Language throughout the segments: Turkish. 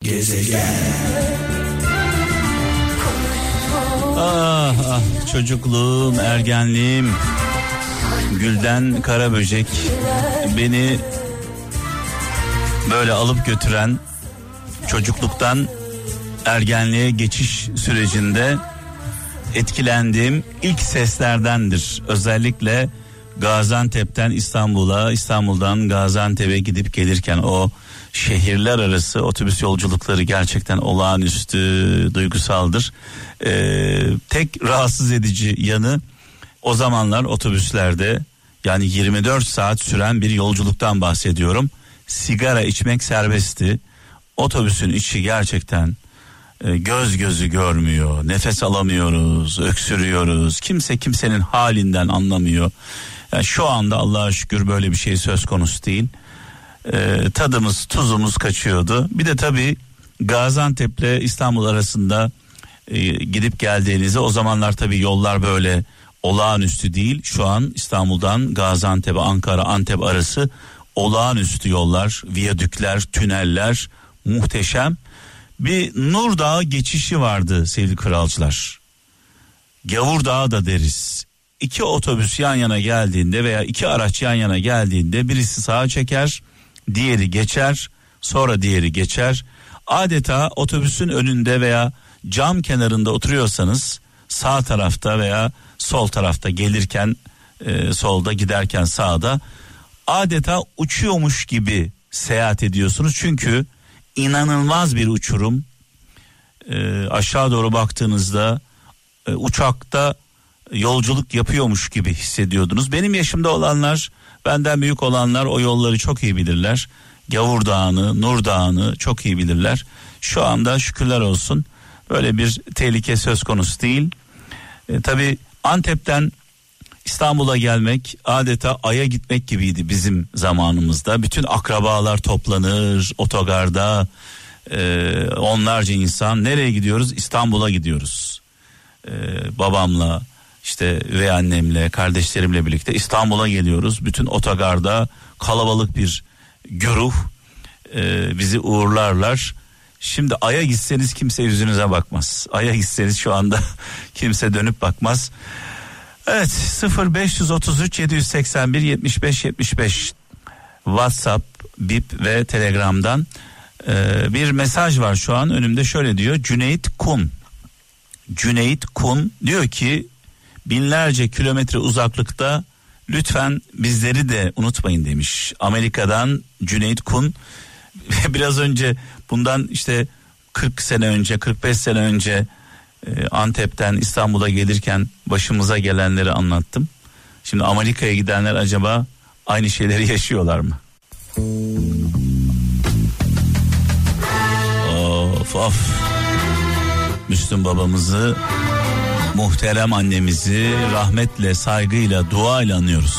Gezegen. Ah çocukluğum, ergenliğim, gülden kara böcek, beni böyle alıp götüren, çocukluktan ergenliğe geçiş sürecinde etkilendiğim ilk seslerdendir. Özellikle Gaziantep'ten İstanbul'a, İstanbul'dan Gaziantep'e gidip gelirken o şehirler arası otobüs yolculukları gerçekten olağanüstü duygusaldır. Tek rahatsız edici yanı, o zamanlar otobüslerde, yani 24 saat süren bir yolculuktan bahsediyorum, sigara içmek serbestti. Otobüsün içi gerçekten göz gözü görmüyor, nefes alamıyoruz, öksürüyoruz, kimse kimsenin halinden anlamıyor. Yani şu anda Allah'a şükür böyle bir şey söz konusu değil. Tadımız tuzumuz kaçıyordu. Bir de tabii Gaziantep'le İstanbul arasında gidip geldiğinizde, o zamanlar tabii yollar böyle olağanüstü değil. Şu an İstanbul'dan Gaziantep'e, Ankara, Antep arası olağanüstü yollar, viyadükler, tüneller, muhteşem. Bir Nur Dağı geçişi vardı sevgili kralcılar. Gavur Dağı da deriz. İki otobüs yan yana geldiğinde veya iki araç yan yana geldiğinde birisi sağa çeker, diğeri geçer, sonra diğeri geçer. Adeta otobüsün önünde veya cam kenarında oturuyorsanız sağ tarafta veya sol tarafta, gelirken solda, giderken sağda, adeta uçuyormuş gibi seyahat ediyorsunuz. Çünkü inanılmaz bir uçurum. Aşağı doğru baktığınızda uçakta yolculuk yapıyormuş gibi hissediyordunuz. Benim yaşımda olanlar, benden büyük olanlar o yolları çok iyi bilirler. Gavur Dağı'nı, Nur Dağı'nı çok iyi bilirler. Şu anda şükürler olsun böyle bir tehlike söz konusu değil. Tabii Antep'ten İstanbul'a gelmek adeta Ay'a gitmek gibiydi bizim zamanımızda. Bütün akrabalar toplanır otogarda, onlarca insan. Nereye gidiyoruz? İstanbul'a gidiyoruz. Babamla, işte üvey annemle, kardeşlerimle birlikte İstanbul'a geliyoruz. Bütün otogarda kalabalık bir güruh bizi uğurlarlar. Şimdi Ay'a gitseniz kimse yüzünüze bakmaz. Ay'a gitseniz şu anda kimse dönüp bakmaz. Evet, 0533 781 75 75 WhatsApp, Bip ve Telegram'dan bir mesaj var şu an önümde. Şöyle diyor Cüneyt Kun diyor ki, binlerce kilometre uzaklıkta lütfen bizleri de unutmayın demiş. Amerika'dan Cüneyt Kun. Biraz önce bundan işte 40 sene önce, 45 sene önce Antep'ten İstanbul'a gelirken başımıza gelenleri anlattım. Şimdi Amerika'ya gidenler acaba aynı şeyleri yaşıyorlar mı? Of. Müslüm babamızı, muhterem annemizi rahmetle, saygıyla, duayla anıyoruz.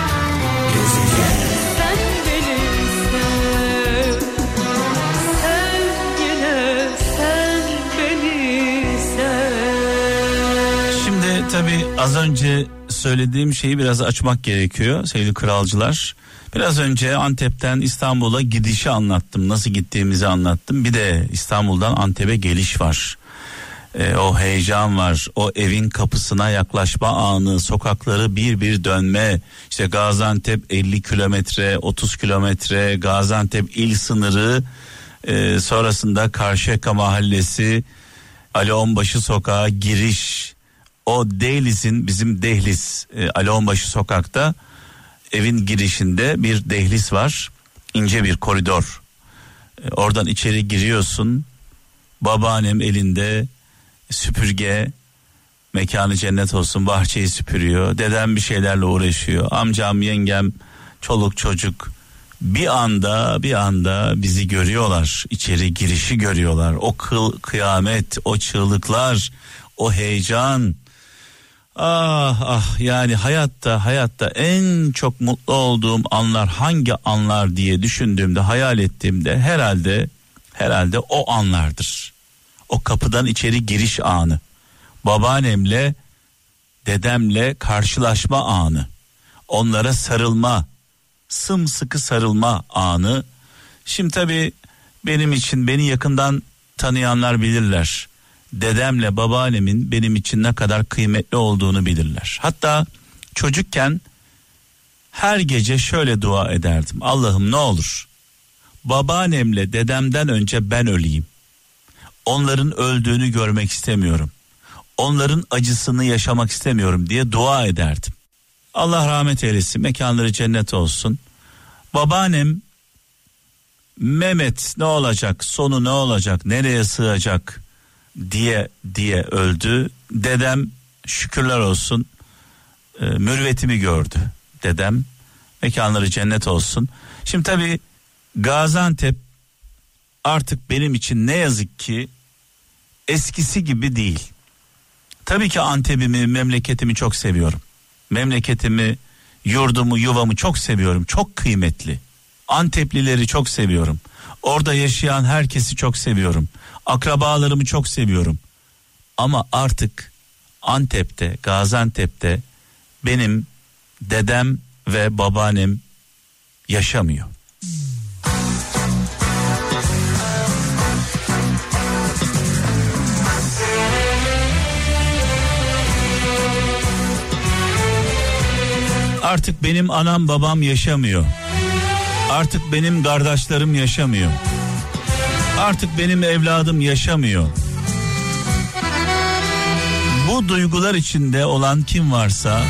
Şimdi tabii az önce söylediğim şeyi biraz açmak gerekiyor sevgili kralcılar. Biraz önce Antep'ten İstanbul'a gidişi anlattım, nasıl gittiğimizi anlattım. Bir de İstanbul'dan Antep'e geliş var. O heyecan var, o evin kapısına yaklaşma anı, sokakları bir bir dönme. İşte Gaziantep 50 kilometre, 30 kilometre, Gaziantep il sınırı, sonrasında Karşıyaka mahallesi, Ali Onbaşı sokağa giriş. O Dehliz'in, bizim Dehliz, Ali Onbaşı sokakta evin girişinde bir dehliz var, ince bir koridor. Oradan içeri giriyorsun, babaannem elinde süpürge, mekanı cennet olsun, bahçeyi süpürüyor. Dedem bir şeylerle uğraşıyor. Amcam, yengem, çoluk çocuk bir anda bizi görüyorlar. İçeri girişi görüyorlar. O kıyamet, o çığlıklar, o heyecan. Yani hayatta en çok mutlu olduğum anlar hangi anlar diye düşündüğümde, hayal ettiğimde herhalde o anlardır. O kapıdan içeri giriş anı, babaannemle, dedemle karşılaşma anı, onlara sarılma, sımsıkı sarılma anı. Şimdi tabii benim için, beni yakından tanıyanlar bilirler. Dedemle babaannemin benim için ne kadar kıymetli olduğunu bilirler. Hatta çocukken her gece şöyle dua ederdim. Allah'ım ne olur babaannemle dedemden önce ben öleyim. Onların öldüğünü görmek istemiyorum. Onların acısını yaşamak istemiyorum diye dua ederdim. Allah rahmet eylesin, mekanları cennet olsun. Babaannem Mehmet ne olacak, sonu ne olacak, nereye sığacak diye öldü. Dedem şükürler olsun mürvetimi gördü. Dedem mekanları cennet olsun. Şimdi tabii Gaziantep artık benim için ne yazık ki eskisi gibi değil. Tabii ki Antep'imi, memleketimi çok seviyorum. Memleketimi, yurdumu, yuvamı çok seviyorum. Çok kıymetli. Anteplileri çok seviyorum. Orada yaşayan herkesi çok seviyorum. Akrabalarımı çok seviyorum. Ama artık Antep'te, Gaziantep'te benim dedem ve babaannem yaşamıyor. Artık benim anam babam yaşamıyor. Artık benim kardeşlerim yaşamıyor. Artık benim evladım yaşamıyor. Bu duygular içinde olan kim varsa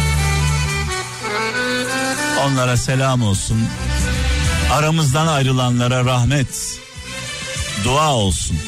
onlara selam olsun. Aramızdan ayrılanlara rahmet, dua olsun.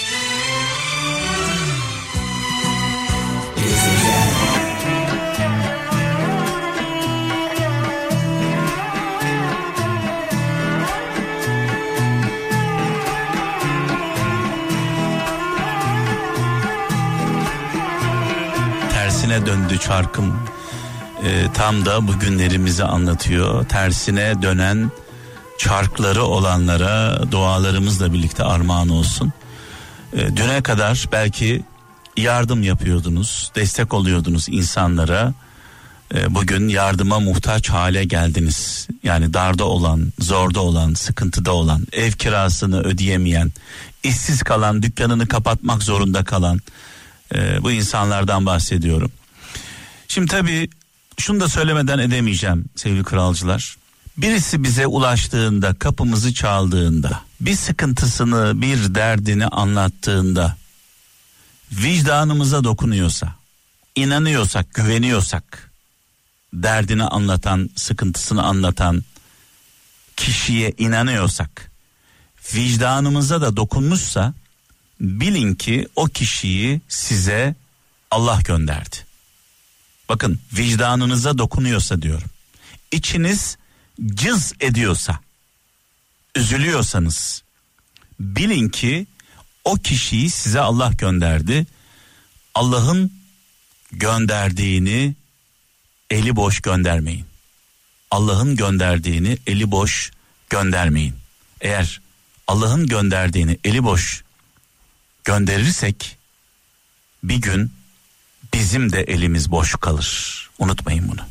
Tersine döndü çarkım. Tam da bu günlerimizi anlatıyor. Tersine dönen çarkları olanlara dualarımızla birlikte armağan olsun. Düne kadar belki yardım yapıyordunuz, destek oluyordunuz insanlara. Bugün yardıma muhtaç hale geldiniz. Yani darda olan, zorda olan, sıkıntıda olan, ev kirasını ödeyemeyen, işsiz kalan, dükkanını kapatmak zorunda kalan bu insanlardan bahsediyorum. Şimdi tabii şunu da söylemeden edemeyeceğim sevgili kralcılar. Birisi bize ulaştığında, kapımızı çaldığında, bir sıkıntısını, bir derdini anlattığında, vicdanımıza dokunuyorsa, inanıyorsak, güveniyorsak, derdini anlatan, sıkıntısını anlatan kişiye inanıyorsak, vicdanımıza da dokunmuşsa, bilin ki o kişiyi size Allah gönderdi. Bakın, vicdanınıza dokunuyorsa diyorum. İçiniz cız ediyorsa, üzülüyorsanız, bilin ki o kişiyi size Allah gönderdi. Allah'ın gönderdiğini eli boş göndermeyin. Allah'ın gönderdiğini eli boş göndermeyin. Eğer Allah'ın gönderdiğini eli boş gönderirsek bir gün bizim de elimiz boş kalır. Unutmayın bunu.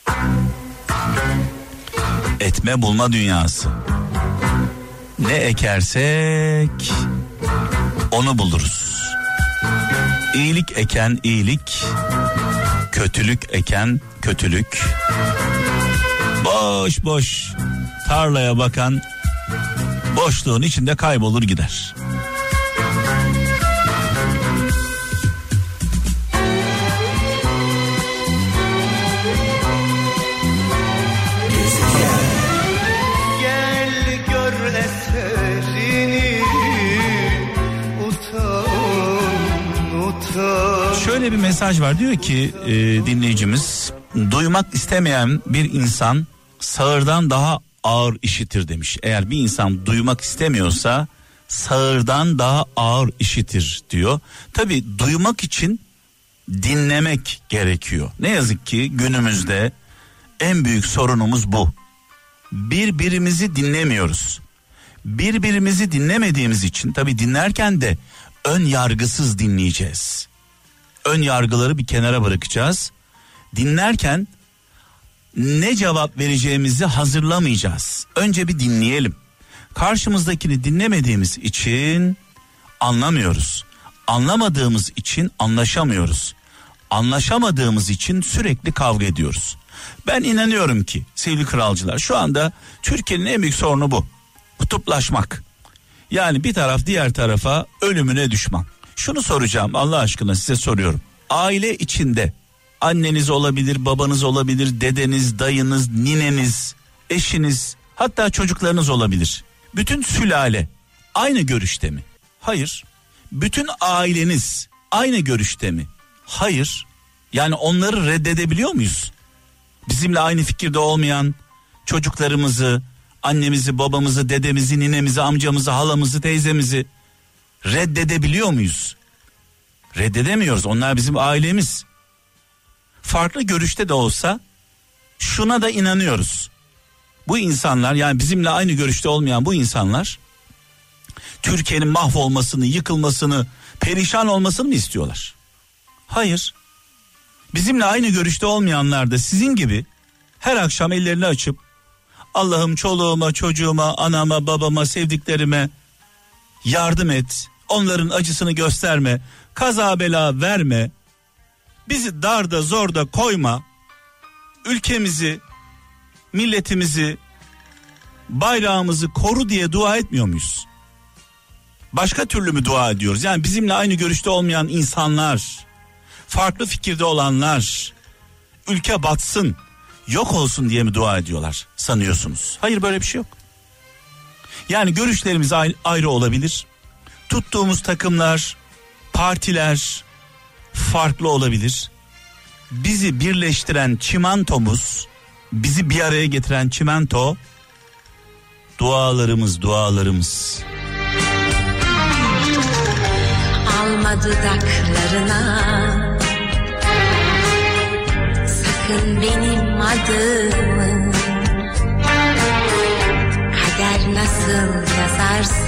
Etme bulma dünyası. Ne ekersek onu buluruz. İyilik eken iyilik, kötülük eken kötülük. Boş boş tarlaya bakan boşluğun içinde kaybolur gider. Şöyle bir mesaj var, diyor ki dinleyicimiz, duymak istemeyen bir insan sağırdan daha ağır işitir demiş. Eğer bir insan duymak istemiyorsa sağırdan daha ağır işitir diyor. Tabii duymak için dinlemek gerekiyor. Ne yazık ki günümüzde en büyük sorunumuz bu. Birbirimizi dinlemiyoruz. Birbirimizi dinlemediğimiz için tabii dinlerken de ön yargısız dinleyeceğiz. Ön yargıları bir kenara bırakacağız. Dinlerken ne cevap vereceğimizi hazırlamayacağız. Önce bir dinleyelim. Karşımızdakini dinlemediğimiz için anlamıyoruz. Anlamadığımız için anlaşamıyoruz. Anlaşamadığımız için sürekli kavga ediyoruz. Ben inanıyorum ki sevgili kralcılar, şu anda Türkiye'nin en büyük sorunu bu. Kutuplaşmak. Yani bir taraf diğer tarafa ölümüne düşman. Şunu soracağım, Allah aşkına size soruyorum. Aile içinde anneniz olabilir, babanız olabilir, dedeniz, dayınız, nineniz, eşiniz, hatta çocuklarınız olabilir. Bütün sülale aynı görüşte mi? Hayır. Bütün aileniz aynı görüşte mi? Hayır. Yani onları reddedebiliyor muyuz? Bizimle aynı fikirde olmayan çocuklarımızı, annemizi, babamızı, dedemizi, ninemizi, amcamızı, halamızı, teyzemizi reddedebiliyor muyuz? Reddedemiyoruz. Onlar bizim ailemiz. Farklı görüşte de olsa şuna da inanıyoruz. Bu insanlar, yani bizimle aynı görüşte olmayan bu insanlar Türkiye'nin mahvolmasını, yıkılmasını, perişan olmasını mı istiyorlar? Hayır. Bizimle aynı görüşte olmayanlar da sizin gibi her akşam ellerini açıp Allah'ım çoluğuma, çocuğuma, anama, babama, sevdiklerime yardım et. Onların acısını gösterme. Kaza bela verme. Bizi darda zorda koyma. Ülkemizi, milletimizi, bayrağımızı koru diye dua etmiyor muyuz? Başka türlü mü dua ediyoruz? Yani bizimle aynı görüşte olmayan insanlar, farklı fikirde olanlar ülke batsın, yok olsun diye mi dua ediyorlar sanıyorsunuz? Hayır, böyle bir şey yok. Yani görüşlerimiz ayrı olabilir. Tuttuğumuz takımlar, partiler farklı olabilir. Bizi birleştiren çimentomuz, bizi bir araya getiren çimento dualarımız. Alma dudaklarına sakın benim adımı, kader nasıl yazarsa